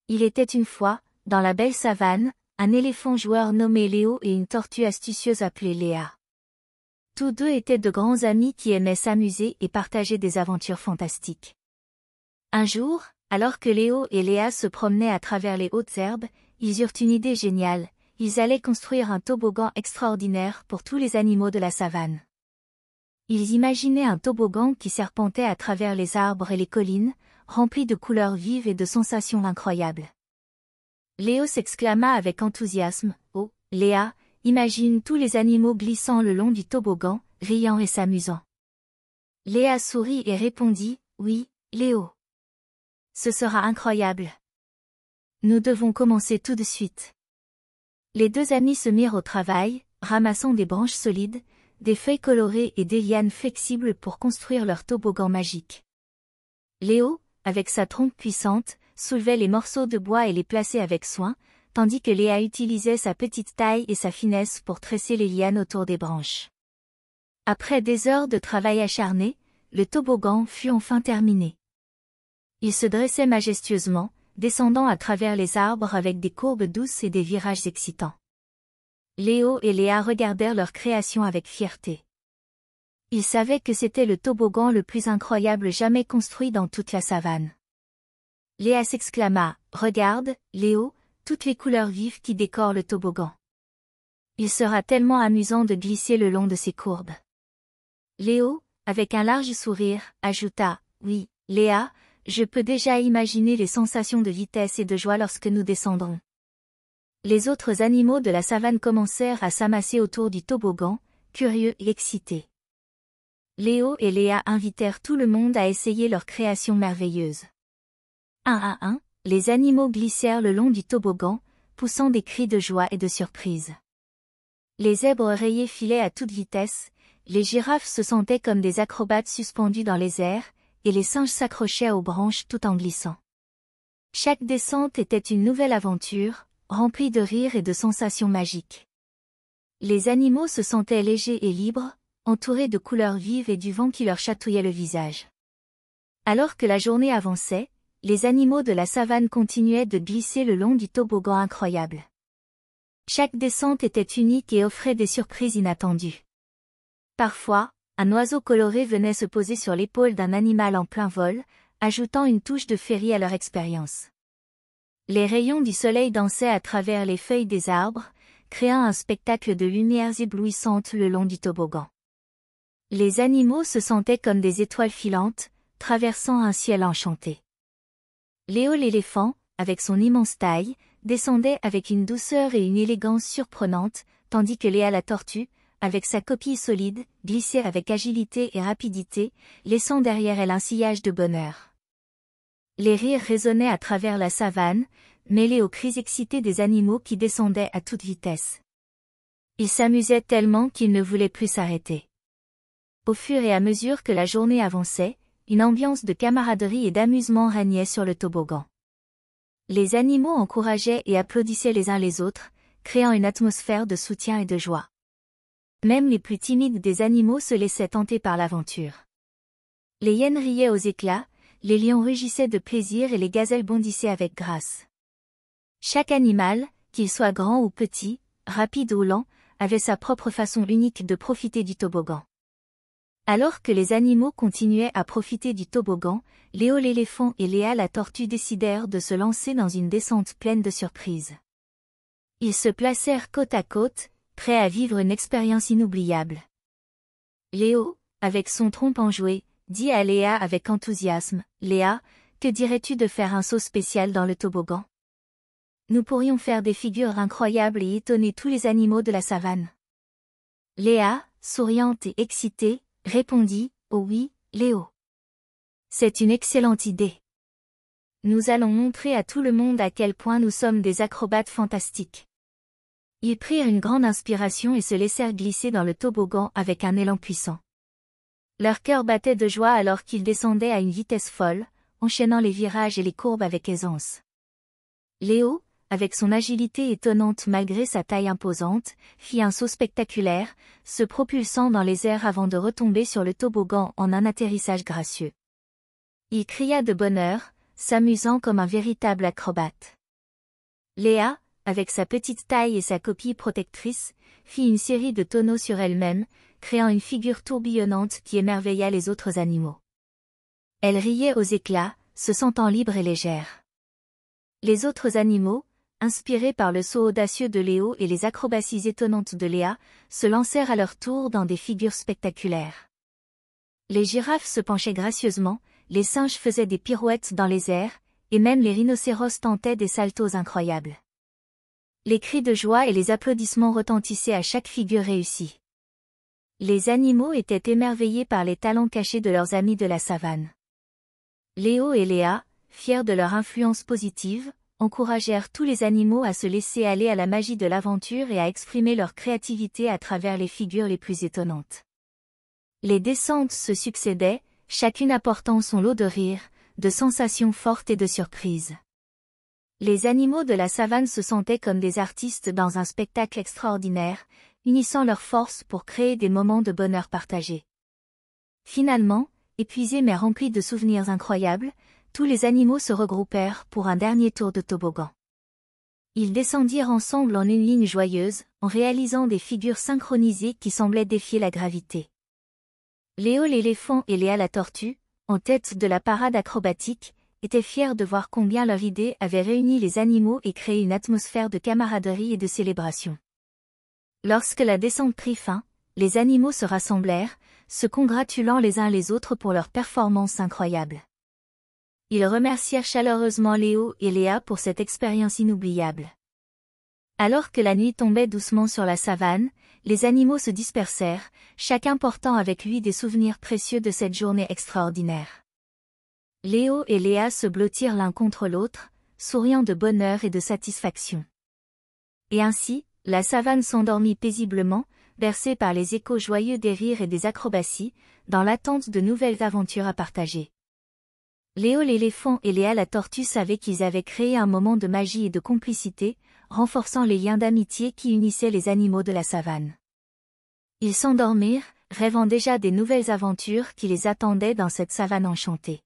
Il était une fois, dans la belle savane, un éléphant joueur nommé Léo et une tortue astucieuse appelée Léa. Tous deux étaient de grands amis qui aimaient s'amuser et partager des aventures fantastiques. Un jour, alors que Léo et Léa se promenaient à travers les hautes herbes, ils eurent une idée géniale, ils allaient construire un toboggan extraordinaire pour tous les animaux de la savane. Ils imaginaient un toboggan qui serpentait à travers les arbres et les collines, rempli de couleurs vives et de sensations incroyables. Léo s'exclama avec enthousiasme, « Oh, Léa, imagine tous les animaux glissant le long du toboggan, riant et s'amusant. » Léa sourit et répondit, « Oui, Léo. Ce sera incroyable. Nous devons commencer tout de suite. » Les deux amis se mirent au travail, ramassant des branches solides, des feuilles colorées et des lianes flexibles pour construire leur toboggan magique. Léo, avec sa trompe puissante, soulevait les morceaux de bois et les plaçait avec soin, tandis que Léa utilisait sa petite taille et sa finesse pour tresser les lianes autour des branches. Après des heures de travail acharné, le toboggan fut enfin terminé. Il se dressait majestueusement, descendant à travers les arbres avec des courbes douces et des virages excitants. Léo et Léa regardèrent leur création avec fierté. Ils savaient que c'était le toboggan le plus incroyable jamais construit dans toute la savane. Léa s'exclama, « Regarde, Léo, toutes les couleurs vives qui décorent le toboggan. Il sera tellement amusant de glisser le long de ces courbes. » Léo, avec un large sourire, ajouta, « Oui, Léa, je peux déjà imaginer les sensations de vitesse et de joie lorsque nous descendrons. » Les autres animaux de la savane commencèrent à s'amasser autour du toboggan, curieux et excités. Léo et Léa invitèrent tout le monde à essayer leur création merveilleuse. Un à un, les animaux glissèrent le long du toboggan, poussant des cris de joie et de surprise. Les zèbres rayés filaient à toute vitesse, les girafes se sentaient comme des acrobates suspendus dans les airs, et les singes s'accrochaient aux branches tout en glissant. Chaque descente était une nouvelle aventure, remplie de rires et de sensations magiques. Les animaux se sentaient légers et libres, entourés de couleurs vives et du vent qui leur chatouillait le visage. Alors que la journée avançait, les animaux de la savane continuaient de glisser le long du toboggan incroyable. Chaque descente était unique et offrait des surprises inattendues. Parfois, un oiseau coloré venait se poser sur l'épaule d'un animal en plein vol, ajoutant une touche de féerie à leur expérience. Les rayons du soleil dansaient à travers les feuilles des arbres, créant un spectacle de lumières éblouissantes le long du toboggan. Les animaux se sentaient comme des étoiles filantes, traversant un ciel enchanté. Léo l'éléphant, avec son immense taille, descendait avec une douceur et une élégance surprenantes, tandis que Léa la tortue, avec sa coquille solide, glissait avec agilité et rapidité, laissant derrière elle un sillage de bonheur. Les rires résonnaient à travers la savane, mêlés aux cris excités des animaux qui descendaient à toute vitesse. Ils s'amusaient tellement qu'ils ne voulaient plus s'arrêter. Au fur et à mesure que la journée avançait, une ambiance de camaraderie et d'amusement régnait sur le toboggan. Les animaux encourageaient et applaudissaient les uns les autres, créant une atmosphère de soutien et de joie. Même les plus timides des animaux se laissaient tenter par l'aventure. Les hyènes riaient aux éclats, les lions rugissaient de plaisir et les gazelles bondissaient avec grâce. Chaque animal, qu'il soit grand ou petit, rapide ou lent, avait sa propre façon unique de profiter du toboggan. Alors que les animaux continuaient à profiter du toboggan, Léo l'éléphant et Léa la tortue décidèrent de se lancer dans une descente pleine de surprises. Ils se placèrent côte à côte, prêts à vivre une expérience inoubliable. Léo, avec son trompe enjoué, dit à Léa avec enthousiasme, « Léa, que dirais-tu de faire un saut spécial dans le toboggan? Nous pourrions faire des figures incroyables et étonner tous les animaux de la savane. » Léa, souriante et excitée, répondit, « Oh oui, Léo. C'est une excellente idée. Nous allons montrer à tout le monde à quel point nous sommes des acrobates fantastiques. » Ils prirent une grande inspiration et se laissèrent glisser dans le toboggan avec un élan puissant. Leur cœur battait de joie alors qu'ils descendaient à une vitesse folle, enchaînant les virages et les courbes avec aisance. Léo, avec son agilité étonnante malgré sa taille imposante, fit un saut spectaculaire, se propulsant dans les airs avant de retomber sur le toboggan en un atterrissage gracieux. Il cria de bonheur, s'amusant comme un véritable acrobate. Léa, avec sa petite taille et sa coquille protectrice, fit une série de tonneaux sur elle-même, créant une figure tourbillonnante qui émerveilla les autres animaux. Elle riait aux éclats, se sentant libre et légère. Les autres animaux, inspirés par le saut audacieux de Léo et les acrobaties étonnantes de Léa, se lancèrent à leur tour dans des figures spectaculaires. Les girafes se penchaient gracieusement, les singes faisaient des pirouettes dans les airs, et même les rhinocéros tentaient des saltos incroyables. Les cris de joie et les applaudissements retentissaient à chaque figure réussie. Les animaux étaient émerveillés par les talents cachés de leurs amis de la savane. Léo et Léa, fiers de leur influence positive, encouragèrent tous les animaux à se laisser aller à la magie de l'aventure et à exprimer leur créativité à travers les figures les plus étonnantes. Les descentes se succédaient, chacune apportant son lot de rire, de sensations fortes et de surprises. Les animaux de la savane se sentaient comme des artistes dans un spectacle extraordinaire, unissant leurs forces pour créer des moments de bonheur partagés. Finalement, épuisés mais remplis de souvenirs incroyables, tous les animaux se regroupèrent pour un dernier tour de toboggan. Ils descendirent ensemble en une ligne joyeuse, en réalisant des figures synchronisées qui semblaient défier la gravité. Léo l'éléphant et Léa la tortue, en tête de la parade acrobatique, étaient fiers de voir combien leur idée avait réuni les animaux et créé une atmosphère de camaraderie et de célébration. Lorsque la descente prit fin, les animaux se rassemblèrent, se congratulant les uns les autres pour leur performance incroyable. Ils remercièrent chaleureusement Léo et Léa pour cette expérience inoubliable. Alors que la nuit tombait doucement sur la savane, les animaux se dispersèrent, chacun portant avec lui des souvenirs précieux de cette journée extraordinaire. Léo et Léa se blottirent l'un contre l'autre, souriant de bonheur et de satisfaction. Et ainsi, la savane s'endormit paisiblement, bercée par les échos joyeux des rires et des acrobaties, dans l'attente de nouvelles aventures à partager. Léo l'éléphant et Léa la tortue savaient qu'ils avaient créé un moment de magie et de complicité, renforçant les liens d'amitié qui unissaient les animaux de la savane. Ils s'endormirent, rêvant déjà des nouvelles aventures qui les attendaient dans cette savane enchantée.